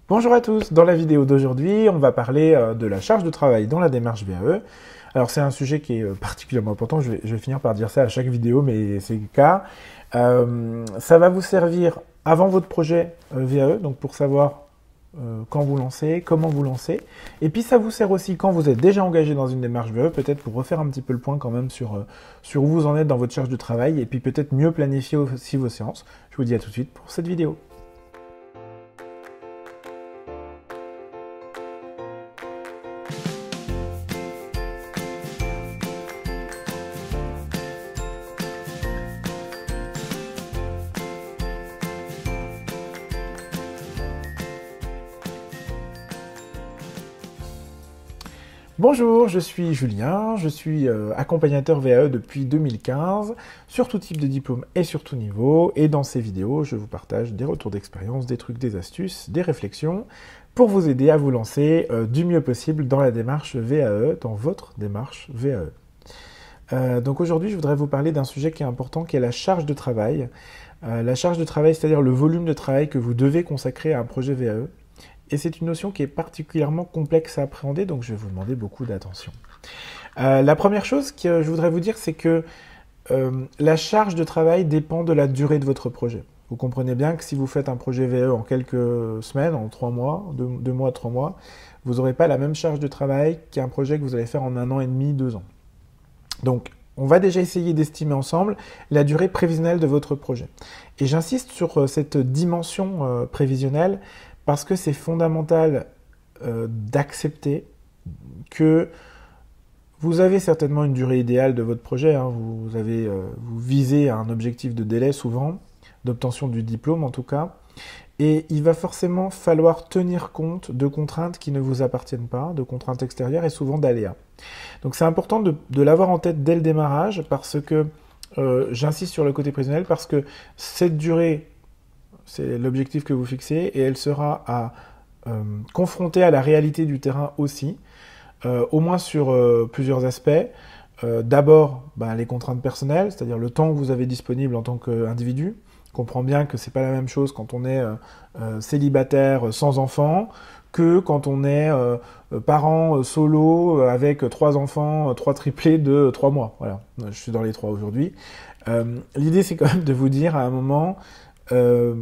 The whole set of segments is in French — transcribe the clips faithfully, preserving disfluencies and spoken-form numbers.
Bonjour à tous, dans la vidéo d'aujourd'hui, on va parler euh, de la charge de travail dans la démarche V A E. Alors c'est un sujet qui est euh, particulièrement important, je vais, je vais finir par dire ça à chaque vidéo, mais c'est le cas. Euh, ça va vous servir avant votre projet euh, V A E, donc pour savoir euh, quand vous lancez, comment vous lancez. Et puis ça vous sert aussi quand vous êtes déjà engagé dans une démarche V A E, peut-être pour refaire un petit peu le point quand même sur, euh, sur où vous en êtes dans votre charge de travail, et puis peut-être mieux planifier aussi vos séances. Je vous dis à tout de suite pour cette vidéo. Bonjour, je suis Julien, je suis euh, accompagnateur V A E depuis deux mille quinze, sur tout type de diplôme et sur tout niveau, et dans ces vidéos, je vous partage des retours d'expérience, des trucs, des astuces, des réflexions, pour vous aider à vous lancer euh, du mieux possible dans la démarche V A E, dans votre démarche V A E. Euh, donc aujourd'hui, je voudrais vous parler d'un sujet qui est important, qui est la charge de travail. Euh, la charge de travail, c'est-à-dire le volume de travail que vous devez consacrer à un projet V A E. Et c'est une notion qui est particulièrement complexe à appréhender, donc je vais vous demander beaucoup d'attention. Euh, la première chose que je voudrais vous dire, c'est que euh, la charge de travail dépend de la durée de votre projet. Vous comprenez bien que si vous faites un projet V A E en quelques semaines, en trois mois, deux, deux mois, trois mois, vous n'aurez pas la même charge de travail qu'un projet que vous allez faire en un an et demi, deux ans. Donc, on va déjà essayer d'estimer ensemble la durée prévisionnelle de votre projet. Et j'insiste sur cette dimension euh, prévisionnelle, parce que c'est fondamental euh, d'accepter que vous avez certainement une durée idéale de votre projet. Hein. Vous, avez, euh, vous visez à un objectif de délai souvent, d'obtention du diplôme en tout cas. Et il va forcément falloir tenir compte de contraintes qui ne vous appartiennent pas, de contraintes extérieures et souvent d'aléas. Donc c'est important de, de l'avoir en tête dès le démarrage parce que, euh, j'insiste sur le côté prévisionnel, parce que cette durée, c'est l'objectif que vous fixez et elle sera à euh, confronter à la réalité du terrain aussi, euh, au moins sur euh, plusieurs aspects. Euh, D'abord, ben, les contraintes personnelles, c'est-à-dire le temps que vous avez disponible en tant qu'individu. On comprend bien que c'est pas la même chose quand on est euh, euh, célibataire sans enfant que quand on est euh, parent euh, solo avec trois enfants, trois triplés de trois mois. Voilà, je suis dans les trois aujourd'hui. Euh, L'idée, c'est quand même de vous dire à un moment... Euh,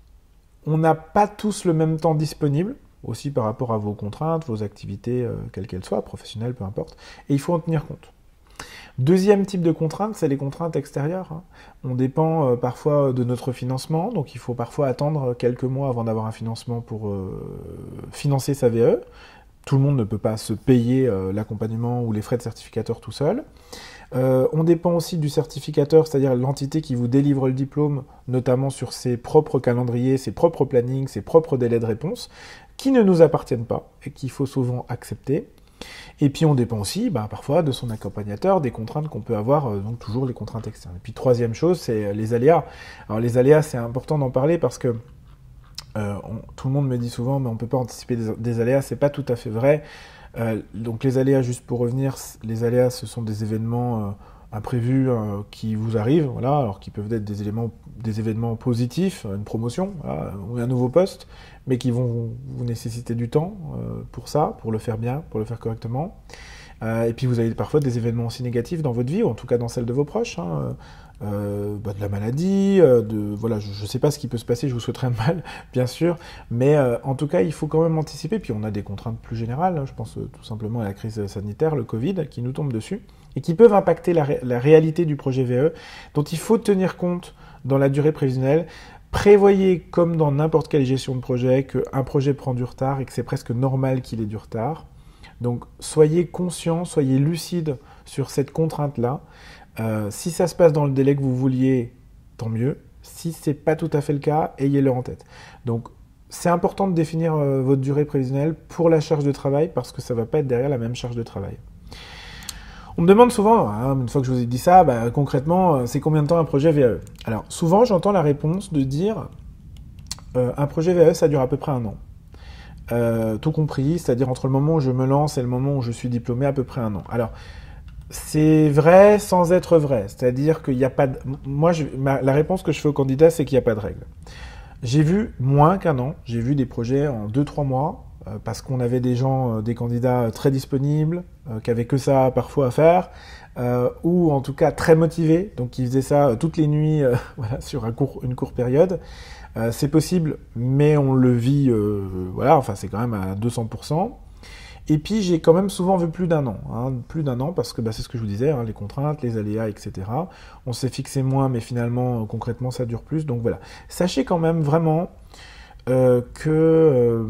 on n'a pas tous le même temps disponible, aussi par rapport à vos contraintes, vos activités, euh, quelles qu'elles soient, professionnelles, peu importe, et il faut en tenir compte. Deuxième type de contrainte, c'est les contraintes extérieures. Hein. On dépend euh, parfois de notre financement, donc il faut parfois attendre quelques mois avant d'avoir un financement pour euh, financer sa V A E. Tout le monde ne peut pas se payer euh, l'accompagnement ou les frais de certificateur tout seul. Euh, on dépend aussi du certificateur, c'est-à-dire l'entité qui vous délivre le diplôme, notamment sur ses propres calendriers, ses propres plannings, ses propres délais de réponse, qui ne nous appartiennent pas et qu'il faut souvent accepter. Et puis on dépend aussi, bah, parfois, de son accompagnateur, des contraintes qu'on peut avoir, euh, donc toujours les contraintes externes. Et puis troisième chose, c'est les aléas. Alors les aléas, c'est important d'en parler parce que euh, on, tout le monde me dit souvent, mais on ne peut pas anticiper des, des aléas, c'est pas tout à fait vrai. Euh, donc les aléas, juste pour revenir, les aléas, ce sont des événements euh, imprévus euh, qui vous arrivent, voilà, alors qui peuvent être des éléments, des événements positifs, une promotion, voilà, ou un nouveau poste, mais qui vont vous, vous nécessiter du temps euh, pour ça, pour le faire bien, pour le faire correctement. Euh, et puis vous avez parfois des événements aussi négatifs dans votre vie, ou en tout cas dans celle de vos proches, hein, euh, bah de la maladie, euh, de voilà, je ne sais pas ce qui peut se passer, je vous souhaiterais mal, bien sûr, mais euh, en tout cas, il faut quand même anticiper. Puis on a des contraintes plus générales, hein, je pense euh, tout simplement à la crise sanitaire, le Covid, qui nous tombe dessus, et qui peuvent impacter la, ré la réalité du projet V A E, dont il faut tenir compte dans la durée prévisionnelle. Prévoyez, comme dans n'importe quelle gestion de projet, qu'un projet prend du retard et que c'est presque normal qu'il ait du retard. Donc soyez conscient, soyez lucide sur cette contrainte-là. Euh, si ça se passe dans le délai que vous vouliez, tant mieux. Si ce n'est pas tout à fait le cas, ayez-le en tête. Donc c'est important de définir euh, votre durée prévisionnelle pour la charge de travail parce que ça ne va pas être derrière la même charge de travail. On me demande souvent, hein, une fois que je vous ai dit ça, bah, concrètement, c'est combien de temps un projet V A E? Alors souvent j'entends la réponse de dire euh, un projet V A E ça dure à peu près un an. Euh, tout compris, c'est-à-dire entre le moment où je me lance et le moment où je suis diplômé, à peu près un an. Alors, c'est vrai sans être vrai, c'est-à-dire qu'il n'y a pas de... Moi, je... Ma... la réponse que je fais aux candidats, c'est qu'il n'y a pas de règle. J'ai vu moins qu'un an, j'ai vu des projets en deux trois mois, euh, parce qu'on avait des gens, euh, des candidats très disponibles, euh, qui avaient que ça parfois à faire, euh, ou en tout cas très motivés, donc qui faisaient ça euh, toutes les nuits, euh, voilà, sur un court, une courte période. Euh, c'est possible, mais on le vit, euh, voilà, enfin c'est quand même à deux cents pour cent. Et puis j'ai quand même souvent vu plus d'un an, hein, plus d'un an parce que bah, c'est ce que je vous disais, hein, les contraintes, les aléas, et cetera. On s'est fixé moins, mais finalement, euh, concrètement, ça dure plus. Donc voilà. Sachez quand même vraiment euh, que euh,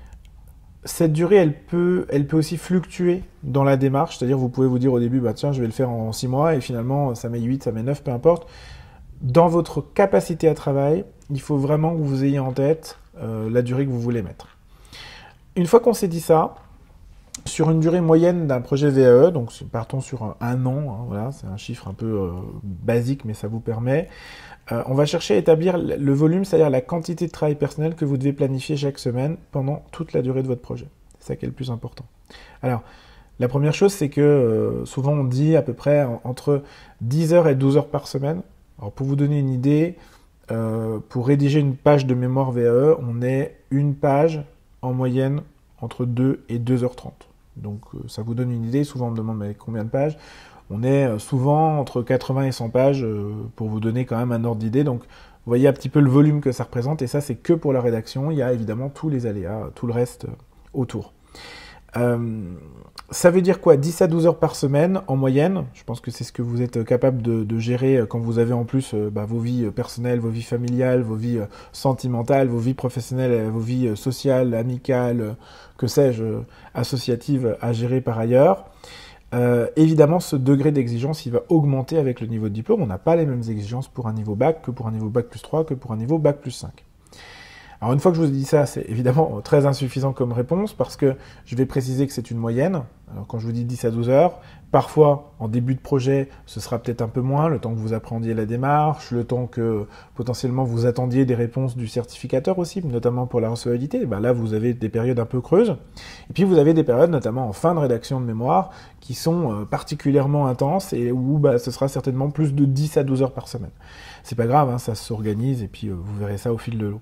cette durée, elle peut, elle peut aussi fluctuer dans la démarche. C'est-à-dire, vous pouvez vous dire au début, bah tiens, je vais le faire en six mois, et finalement, ça met huit, ça met neuf, peu importe. Dans votre capacité à travail, il faut vraiment que vous ayez en tête euh, la durée que vous voulez mettre. Une fois qu'on s'est dit ça, sur une durée moyenne d'un projet V A E, donc partons sur un, un an, hein, voilà, c'est un chiffre un peu euh, basique, mais ça vous permet, euh, on va chercher à établir le volume, c'est-à-dire la quantité de travail personnel que vous devez planifier chaque semaine pendant toute la durée de votre projet. C'est ça qui est le plus important. Alors, la première chose, c'est que euh, souvent on dit à peu près en, entre dix heures et douze heures par semaine. Alors, pour vous donner une idée, euh, pour rédiger une page de mémoire V A E, on est une page en moyenne entre deux et deux heures trente. Donc euh, ça vous donne une idée, souvent on me demande mais combien de pages. On est euh, souvent entre quatre-vingts et cent pages euh, pour vous donner quand même un ordre d'idée. Donc vous voyez un petit peu le volume que ça représente, et ça c'est que pour la rédaction. Il y a évidemment tous les aléas, tout le reste euh, autour. Euh, ça veut dire quoi? dix à douze heures par semaine en moyenne. Je pense que c'est ce que vous êtes capable de, de gérer quand vous avez en plus euh, bah, vos vies personnelles, vos vies familiales, vos vies euh, sentimentales, vos vies professionnelles, vos vies euh, sociales, amicales, euh, que sais-je, euh, associatives à gérer par ailleurs. Euh, évidemment, ce degré d'exigence, il va augmenter avec le niveau de diplôme. On n'a pas les mêmes exigences pour un niveau bac que pour un niveau bac plus trois, que pour un niveau bac plus cinq. Alors une fois que je vous ai dit ça, c'est évidemment très insuffisant comme réponse parce que je vais préciser que c'est une moyenne. Alors quand je vous dis dix à douze heures, parfois en début de projet, ce sera peut-être un peu moins, le temps que vous apprendiez la démarche, le temps que potentiellement vous attendiez des réponses du certificateur aussi, notamment pour la recevabilité. Ben là, vous avez des périodes un peu creuses. Et puis vous avez des périodes, notamment en fin de rédaction de mémoire, qui sont particulièrement intenses et où bah, ce sera certainement plus de dix à douze heures par semaine. C'est pas grave, hein, ça s'organise et puis euh, vous verrez ça au fil de l'eau.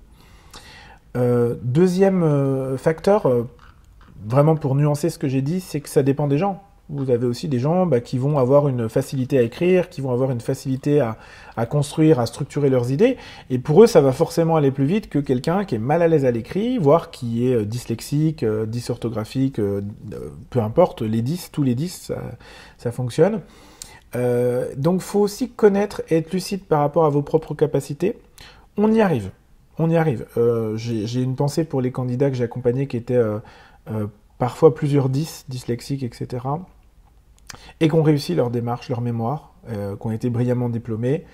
Euh, deuxième euh, facteur, euh, vraiment pour nuancer ce que j'ai dit, c'est que ça dépend des gens. Vous avez aussi des gens bah, qui vont avoir une facilité à écrire, qui vont avoir une facilité à, à construire, à structurer leurs idées, et pour eux, ça va forcément aller plus vite que quelqu'un qui est mal à l'aise à l'écrit, voire qui est euh, dyslexique, euh, dysorthographique, euh, peu importe, les dys, tous les dys, ça, ça fonctionne. Euh, donc, il faut aussi connaître et être lucide par rapport à vos propres capacités. On y arrive. On y arrive. Euh, j'ai une pensée pour les candidats que j'ai accompagnés qui étaient euh, euh, parfois plusieurs dys, dyslexiques, et cetera, et qui ont réussi leur démarche, leur mémoire, euh, qui ont été brillamment diplômés.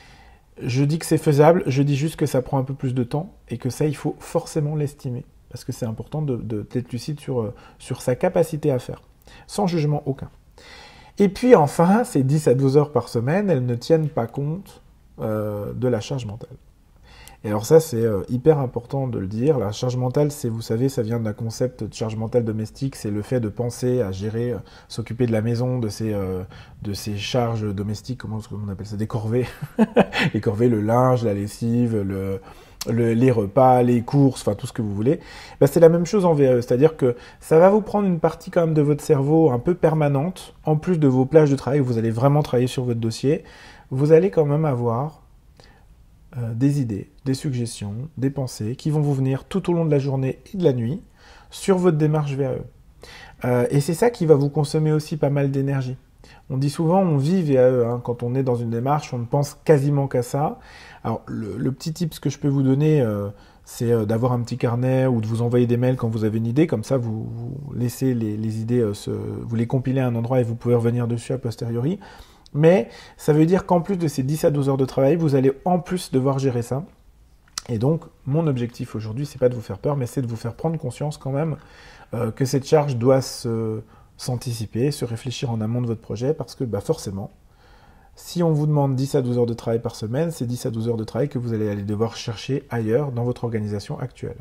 Je dis que c'est faisable, je dis juste que ça prend un peu plus de temps, et que ça, il faut forcément l'estimer, parce que c'est important de, de, d'être lucide sur, euh, sur sa capacité à faire, sans jugement aucun. Et puis enfin, ces dix à douze heures par semaine, elles ne tiennent pas compte euh, de la charge mentale. Et alors ça, c'est euh, hyper important de le dire. La charge mentale, c'est, vous savez, ça vient d'un concept de charge mentale domestique. C'est le fait de penser à gérer, euh, s'occuper de la maison, de ses, euh, de ses charges domestiques, comment, comment on appelle ça, des corvées. Les corvées, le linge, la lessive, le, le, les repas, les courses, enfin tout ce que vous voulez. Ben, c'est la même chose en V A E. C'est-à-dire que ça va vous prendre une partie quand même de votre cerveau un peu permanente, en plus de vos plages de travail où vous allez vraiment travailler sur votre dossier. Vous allez quand même avoir Euh, des idées, des suggestions, des pensées qui vont vous venir tout au long de la journée et de la nuit sur votre démarche V A E. Euh, et c'est ça qui va vous consommer aussi pas mal d'énergie. On dit souvent on vit V A E, hein. Quand on est dans une démarche, on ne pense quasiment qu'à ça. Alors le, le petit tip que je peux vous donner, euh, c'est euh, d'avoir un petit carnet ou de vous envoyer des mails quand vous avez une idée, comme ça vous, vous laissez les, les idées, euh, se, vous les compilez à un endroit et vous pouvez revenir dessus a posteriori. Mais ça veut dire qu'en plus de ces dix à douze heures de travail, vous allez en plus devoir gérer ça. Et donc, mon objectif aujourd'hui, c'est pas de vous faire peur, mais c'est de vous faire prendre conscience quand même euh, que cette charge doit se, s'anticiper, se réfléchir en amont de votre projet, parce que bah, forcément, si on vous demande dix à douze heures de travail par semaine, c'est dix à douze heures de travail que vous allez aller devoir chercher ailleurs dans votre organisation actuelle.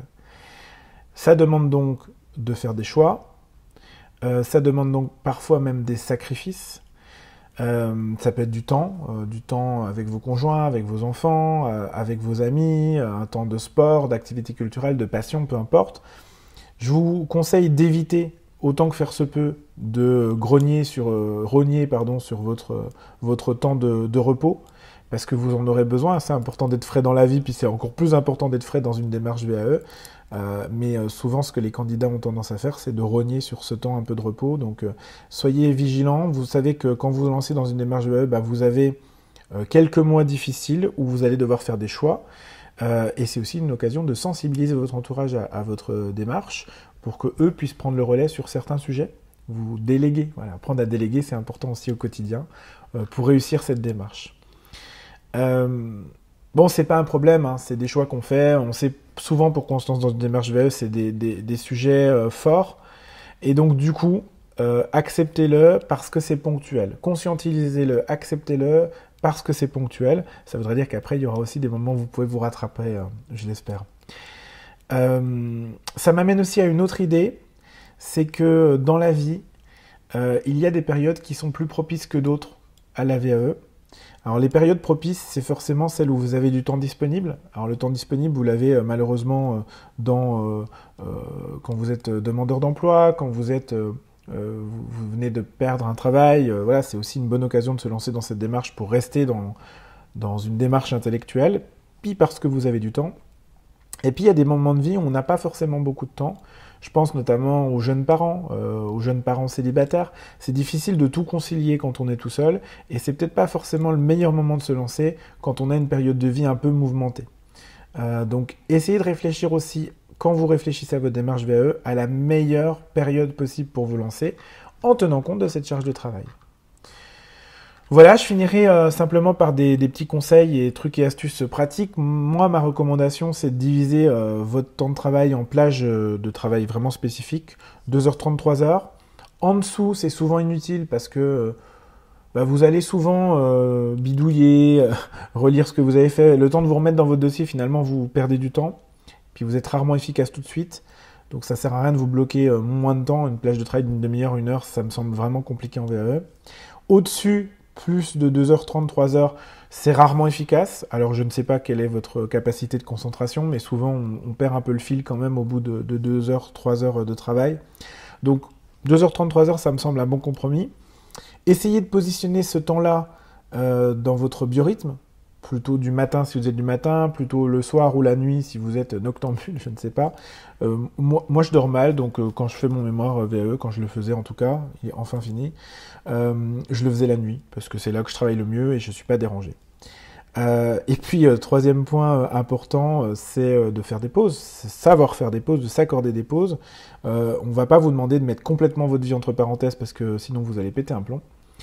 Ça demande donc de faire des choix, euh, ça demande donc parfois même des sacrifices. Euh, ça peut être du temps, euh, du temps avec vos conjoints, avec vos enfants, euh, avec vos amis, euh, un temps de sport, d'activité culturelle, de passion, peu importe. Je vous conseille d'éviter, autant que faire se peut, de grogner sur, euh, rogner pardon, sur votre, euh, votre temps de, de repos, parce que vous en aurez besoin. C'est important d'être frais dans la vie, puis c'est encore plus important d'être frais dans une démarche V A E. Euh, mais euh, souvent, ce que les candidats ont tendance à faire, c'est de rogner sur ce temps un peu de repos. Donc, euh, soyez vigilants. Vous savez que quand vous vous lancez dans une démarche V A E, bah, vous avez euh, quelques mois difficiles où vous allez devoir faire des choix. Euh, et c'est aussi une occasion de sensibiliser votre entourage à, à votre démarche pour que eux puissent prendre le relais sur certains sujets. Vous déléguez. Voilà, apprendre à déléguer, c'est important aussi au quotidien euh, pour réussir cette démarche. Euh, Bon, c'est pas un problème, hein, c'est des choix qu'on fait. On sait souvent pourquoi on se lance dans une démarche V A E, c'est des, des, des sujets euh, forts. Et donc, du coup, euh, acceptez-le parce que c'est ponctuel. Conscientisez-le, acceptez-le parce que c'est ponctuel. Ça voudrait dire qu'après, il y aura aussi des moments où vous pouvez vous rattraper, euh, je l'espère. Euh, ça m'amène aussi à une autre idée, c'est que dans la vie, euh, il y a des périodes qui sont plus propices que d'autres à la V A E. Alors les périodes propices, c'est forcément celles où vous avez du temps disponible. Alors le temps disponible, vous l'avez euh, malheureusement euh, dans, euh, euh, quand vous êtes demandeur d'emploi, quand vous, êtes, euh, vous, vous venez de perdre un travail. Euh, voilà, c'est aussi une bonne occasion de se lancer dans cette démarche pour rester dans, dans une démarche intellectuelle, puis parce que vous avez du temps. Et puis il y a des moments de vie où on n'a pas forcément beaucoup de temps. Je pense notamment aux jeunes parents, euh, aux jeunes parents célibataires. C'est difficile de tout concilier quand on est tout seul, et c'est peut-être pas forcément le meilleur moment de se lancer quand on a une période de vie un peu mouvementée. Euh, donc essayez de réfléchir aussi, quand vous réfléchissez à votre démarche V A E, à la meilleure période possible pour vous lancer, en tenant compte de cette charge de travail. Voilà, je finirai euh, simplement par des, des petits conseils et trucs et astuces pratiques. Moi, ma recommandation, c'est de diviser euh, votre temps de travail en plages euh, de travail vraiment spécifiques, deux heures trente, trois heures. En dessous, c'est souvent inutile parce que euh, bah, vous allez souvent euh, bidouiller, euh, relire ce que vous avez fait. Le temps de vous remettre dans votre dossier, finalement, vous perdez du temps. Puis vous êtes rarement efficace tout de suite. Donc ça sert à rien de vous bloquer euh, moins de temps. Une plage de travail d'une demi-heure, une heure, ça me semble vraiment compliqué en V A E. Au-dessus, plus de deux heures trente, trois heures, c'est rarement efficace. Alors je ne sais pas quelle est votre capacité de concentration, mais souvent on, on perd un peu le fil quand même au bout de, de deux heures, trois heures de travail. Donc deux heures trente, trois heures, ça me semble un bon compromis. Essayez de positionner ce temps-là euh, dans votre biorhythme, plutôt du matin si vous êtes du matin, plutôt le soir ou la nuit si vous êtes noctambule, je ne sais pas. Euh, moi, moi, je dors mal, donc euh, quand je fais mon mémoire V A E, quand je le faisais en tout cas, il est enfin fini, euh, je le faisais la nuit, parce que c'est là que je travaille le mieux et je ne suis pas dérangé. Euh, et puis, euh, troisième point euh, important, euh, c'est euh, de faire des pauses, c'est savoir faire des pauses, de s'accorder des pauses. Euh, on ne va pas vous demander de mettre complètement votre vie entre parenthèses, parce que sinon vous allez péter un plomb.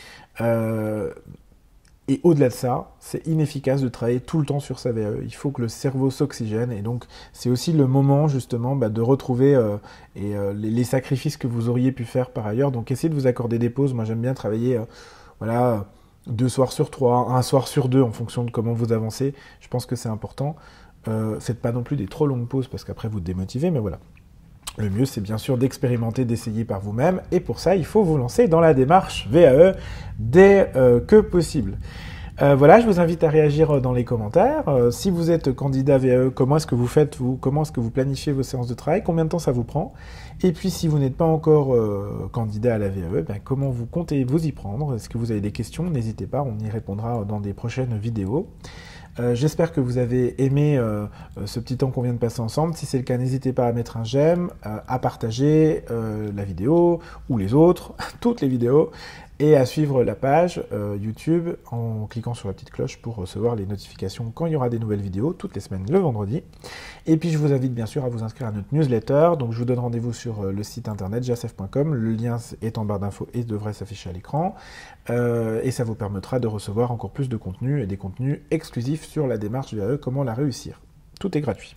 Euh, Et au-delà de ça, c'est inefficace de travailler tout le temps sur sa V A E. Il faut que le cerveau s'oxygène. Et donc, c'est aussi le moment, justement, bah, de retrouver euh, et, euh, les, les sacrifices que vous auriez pu faire par ailleurs. Donc, essayez de vous accorder des pauses. Moi, j'aime bien travailler euh, voilà, deux soirs sur trois, un soir sur deux, en fonction de comment vous avancez. Je pense que c'est important. Euh, faites pas non plus des trop longues pauses, parce qu'après, vous démotivez. Mais voilà. Le mieux, c'est bien sûr d'expérimenter, d'essayer par vous-même. Et pour ça, il faut vous lancer dans la démarche V A E dès euh, que possible. Euh, voilà, je vous invite à réagir dans les commentaires. Euh, si vous êtes candidat V A E, comment est-ce que vous faites, vous, comment est-ce que vous planifiez vos séances de travail, combien de temps ça vous prend? Et puis, si vous n'êtes pas encore euh, candidat à la V A E, ben, comment vous comptez vous y prendre? Est-ce que vous avez des questions? N'hésitez pas, on y répondra dans des prochaines vidéos. Euh, J'espère que vous avez aimé euh, ce petit temps qu'on vient de passer ensemble. Si c'est le cas, n'hésitez pas à mettre un j'aime, euh, à partager euh, la vidéo ou les autres, toutes les vidéos, et à suivre la page euh, YouTube en cliquant sur la petite cloche pour recevoir les notifications quand il y aura des nouvelles vidéos, toutes les semaines le vendredi. Et puis je vous invite bien sûr à vous inscrire à notre newsletter. Donc je vous donne rendez-vous sur le site internet jacef point com. Le lien est en barre d'infos et devrait s'afficher à l'écran. Euh, et ça vous permettra de recevoir encore plus de contenu et des contenus exclusifs sur la démarche V A E, comment la réussir. Tout est gratuit.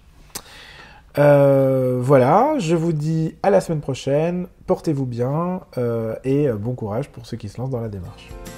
Euh, voilà, je vous dis à la semaine prochaine, portez-vous bien euh, et bon courage pour ceux qui se lancent dans la démarche.